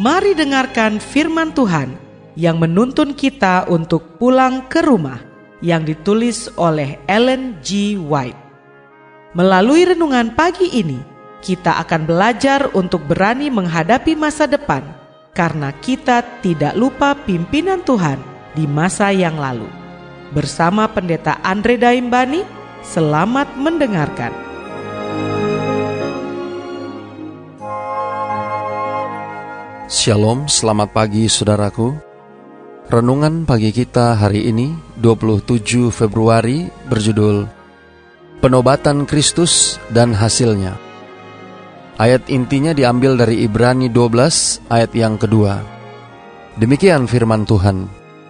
Mari dengarkan firman Tuhan yang menuntun kita untuk pulang ke rumah, yang ditulis oleh Ellen G. White. Melalui renungan pagi ini, kita akan belajar untuk berani menghadapi masa depan, karena kita tidak lupa pimpinan Tuhan di masa yang lalu. Bersama Pendeta Andre Daimbani, selamat mendengarkan. Shalom, selamat pagi saudaraku. Renungan pagi kita hari ini 27 Februari berjudul Penobatan Kristus dan Hasilnya. Ayat intinya diambil dari Ibrani 12 ayat yang kedua. Demikian firman Tuhan.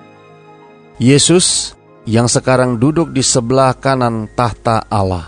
Yesus yang sekarang duduk di sebelah kanan tahta Allah.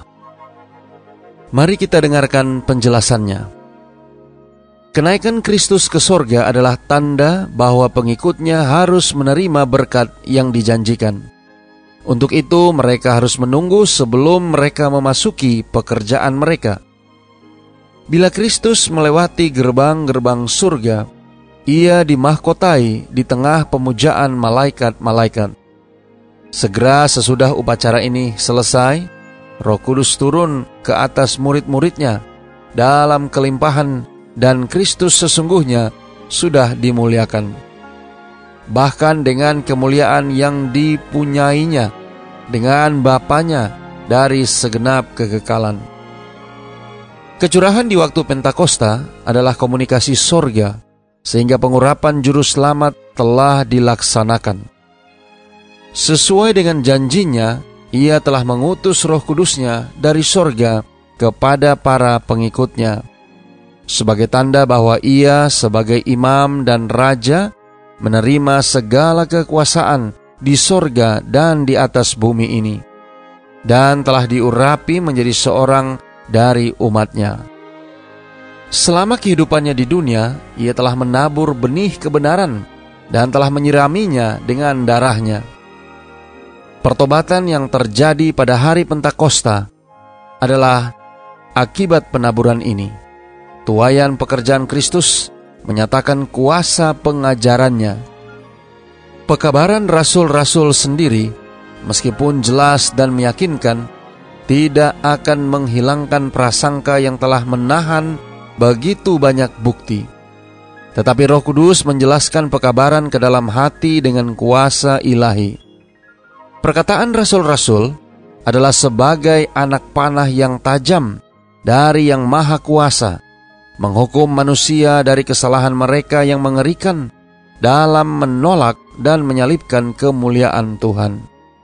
Mari kita dengarkan penjelasannya. Kenaikan Kristus ke sorga adalah tanda bahwa pengikutnya harus menerima berkat yang dijanjikan. Untuk itu mereka harus menunggu sebelum mereka memasuki pekerjaan mereka. Bila Kristus melewati gerbang-gerbang surga, Ia dimahkotai di tengah pemujaan malaikat-malaikat. Segera sesudah upacara ini selesai, Roh Kudus turun ke atas murid-muridnya dalam kelimpahan, dan Kristus sesungguhnya sudah dimuliakan, bahkan dengan kemuliaan yang dipunyainya dengan Bapanya dari segenap kekekalan. Kecurahan di waktu Pentakosta adalah komunikasi sorga, sehingga pengurapan juru selamat telah dilaksanakan. Sesuai dengan janjinya, Ia telah mengutus Roh Kudusnya dari sorga kepada para pengikutnya, sebagai tanda bahwa Ia sebagai imam dan raja menerima segala kekuasaan di sorga dan di atas bumi ini, dan telah diurapi menjadi seorang dari umatnya. Selama kehidupannya di dunia, Ia telah menabur benih kebenaran dan telah menyiraminya dengan darahnya. Pertobatan yang terjadi pada hari Pentakosta adalah akibat penaburan ini. Tuaian pekerjaan Kristus menyatakan kuasa pengajarannya. Pekabaran rasul-rasul sendiri, meskipun jelas dan meyakinkan, tidak akan menghilangkan prasangka yang telah menahan begitu banyak bukti. Tetapi Roh Kudus menjelaskan pekabaran ke dalam hati dengan kuasa ilahi. Perkataan rasul-rasul adalah sebagai anak panah yang tajam dari Yang Maha Kuasa, menghukum manusia dari kesalahan mereka yang mengerikan dalam menolak dan menyalibkan kemuliaan Tuhan.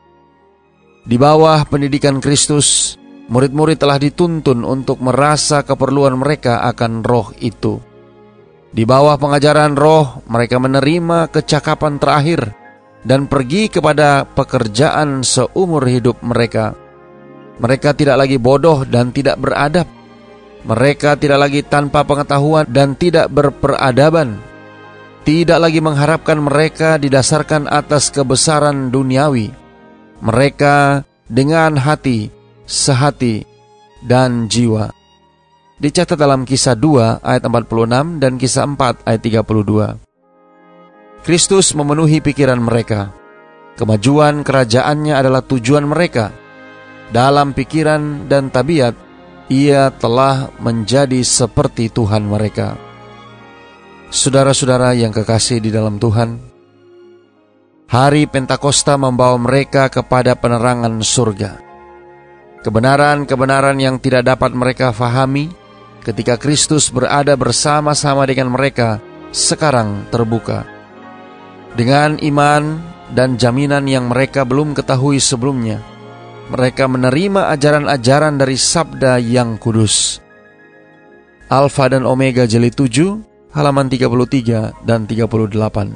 Di bawah pendidikan Kristus, murid-murid telah dituntun untuk merasa keperluan mereka akan roh itu. Di bawah pengajaran roh, mereka menerima kecakapan terakhir dan pergi kepada pekerjaan seumur hidup mereka. Mereka tidak lagi bodoh dan tidak beradab. Mereka tidak lagi tanpa pengetahuan dan tidak berperadaban. Tidak lagi mengharapkan mereka didasarkan atas kebesaran duniawi. Mereka dengan hati, sehati, dan jiwa. Dicatat dalam Kisah 2 ayat 46 dan Kisah 4 ayat 32. Kristus memenuhi pikiran mereka. Kemajuan kerajaannya adalah tujuan mereka. Dalam pikiran dan tabiat, Ia telah menjadi seperti Tuhan mereka. Saudara-saudara yang kekasih di dalam Tuhan, hari Pentakosta membawa mereka kepada penerangan surga. Kebenaran-kebenaran yang tidak dapat mereka fahami ketika Kristus berada bersama-sama dengan mereka sekarang terbuka. Dengan iman dan jaminan yang mereka belum ketahui sebelumnya, mereka menerima ajaran-ajaran dari sabda yang kudus. Alfa dan Omega jilid 7, halaman 33 dan 38.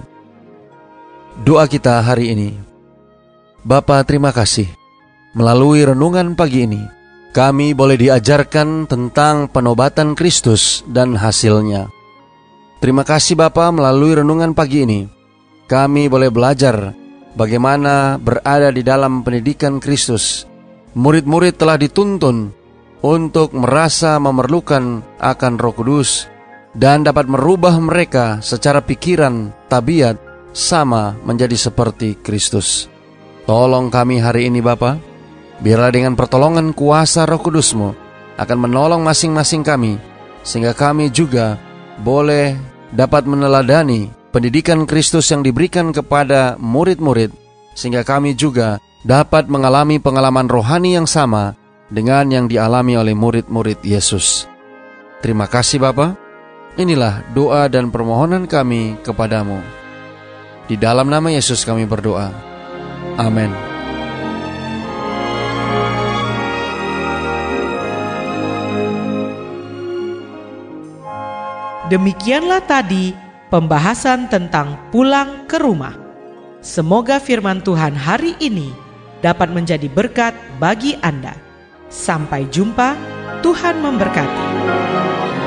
Doa kita hari ini. Bapa, terima kasih. Melalui renungan pagi ini, kami boleh diajarkan tentang penobatan Kristus dan hasilnya. Terima kasih Bapa, melalui renungan pagi ini, kami boleh belajar bagaimana berada di dalam pendidikan Kristus. Murid-murid telah dituntun untuk merasa memerlukan akan Roh Kudus dan dapat merubah mereka secara pikiran, tabiat, sama menjadi seperti Kristus. Tolong kami hari ini Bapa, biarlah dengan pertolongan kuasa Roh Kudus-Mu akan menolong masing-masing kami, sehingga kami juga boleh dapat meneladani pendidikan Kristus yang diberikan kepada murid-murid, sehingga kami juga dapat mengalami pengalaman rohani yang sama dengan yang dialami oleh murid-murid Yesus. Terima kasih Bapa. Inilah doa dan permohonan kami kepadamu. Di dalam nama Yesus kami berdoa. Amin. Demikianlah tadi pembahasan tentang pulang ke rumah. Semoga firman Tuhan hari ini dapat menjadi berkat bagi Anda. Sampai jumpa, Tuhan memberkati.